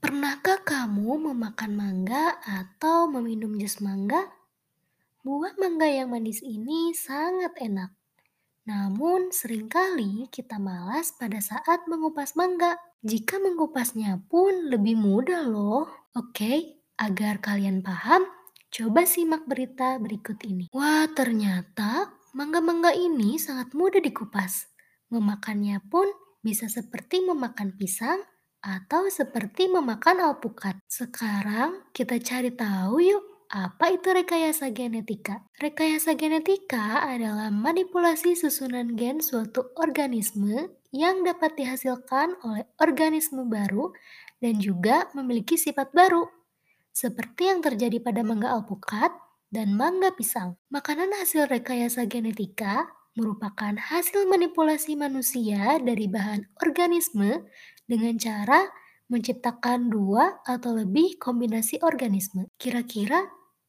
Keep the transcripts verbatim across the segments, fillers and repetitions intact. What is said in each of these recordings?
Pernahkah kamu memakan mangga atau meminum jus mangga? Buah mangga yang manis ini sangat enak. Namun, seringkali kita malas pada saat mengupas mangga. Jika mengupasnya pun lebih mudah loh. Oke, agar kalian paham, coba simak berita berikut ini. Wah, ternyata mangga-mangga ini sangat mudah dikupas. Memakannya pun bisa seperti memakan pisang atau seperti memakan alpukat. Sekarang kita cari tahu yuk, apa itu rekayasa genetika? Rekayasa genetika adalah manipulasi susunan gen suatu organisme yang dapat dihasilkan oleh organisme baru dan juga memiliki sifat baru, seperti yang terjadi pada mangga alpukat dan mangga pisang. Makanan hasil rekayasa genetika merupakan hasil manipulasi manusia dari bahan organisme dengan cara menciptakan dua atau lebih kombinasi organisme. Kira-kira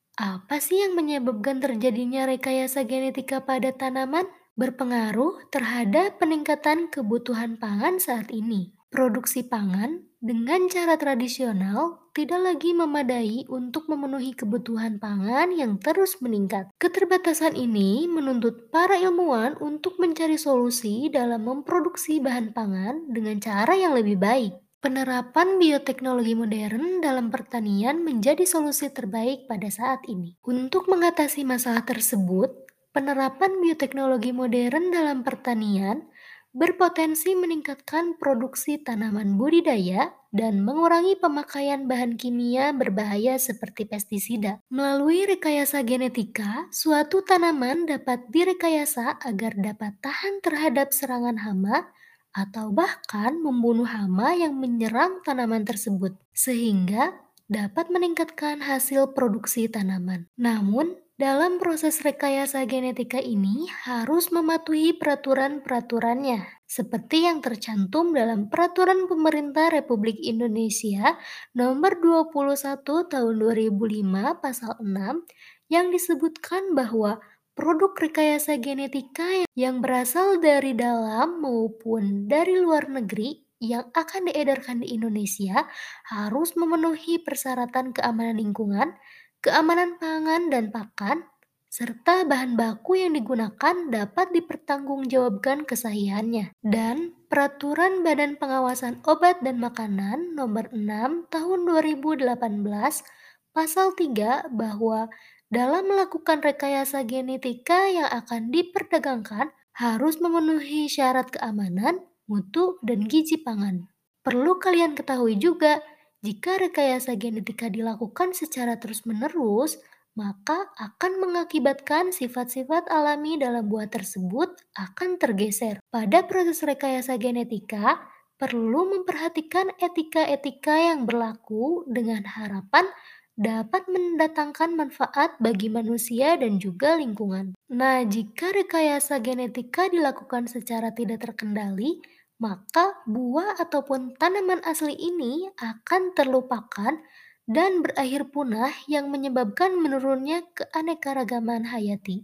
apa sih yang menyebabkan terjadinya rekayasa genetika pada tanaman? Berpengaruh terhadap peningkatan kebutuhan pangan saat ini. Produksi pangan dengan cara tradisional tidak lagi memadai untuk memenuhi kebutuhan pangan yang terus meningkat. Keterbatasan ini menuntut para ilmuwan untuk mencari solusi dalam memproduksi bahan pangan dengan cara yang lebih baik. Penerapan bioteknologi modern dalam pertanian menjadi solusi terbaik pada saat ini. Untuk mengatasi masalah tersebut, penerapan bioteknologi modern dalam pertanian berpotensi meningkatkan produksi tanaman budidaya dan mengurangi pemakaian bahan kimia berbahaya seperti pestisida. Melalui rekayasa genetika, suatu tanaman dapat direkayasa agar dapat tahan terhadap serangan hama atau bahkan membunuh hama yang menyerang tanaman tersebut, sehingga dapat meningkatkan hasil produksi tanaman. Namun, dalam proses rekayasa genetika ini harus mematuhi peraturan-peraturannya, seperti yang tercantum dalam Peraturan Pemerintah Republik Indonesia Nomor dua puluh satu Tahun dua ribu lima Pasal enam yang disebutkan bahwa produk rekayasa genetika yang berasal dari dalam maupun dari luar negeri yang akan diedarkan di Indonesia harus memenuhi persyaratan keamanan lingkungan, keamanan pangan dan pakan, serta bahan baku yang digunakan dapat dipertanggungjawabkan kesahihannya. Dan Peraturan Badan Pengawasan Obat dan Makanan Nomor enam Tahun dua ribu delapan belas Pasal tiga bahwa dalam melakukan rekayasa genetika yang akan diperdagangkan harus memenuhi syarat keamanan, mutu, dan gizi pangan. Perlu kalian ketahui juga, jika rekayasa genetika dilakukan secara terus-menerus, maka akan mengakibatkan sifat-sifat alami dalam buah tersebut akan tergeser. Pada proses rekayasa genetika, perlu memperhatikan etika-etika yang berlaku dengan harapan dapat mendatangkan manfaat bagi manusia dan juga lingkungan. Nah, jika rekayasa genetika dilakukan secara tidak terkendali, maka buah ataupun tanaman asli ini akan terlupakan dan berakhir punah yang menyebabkan menurunnya keanekaragaman hayati.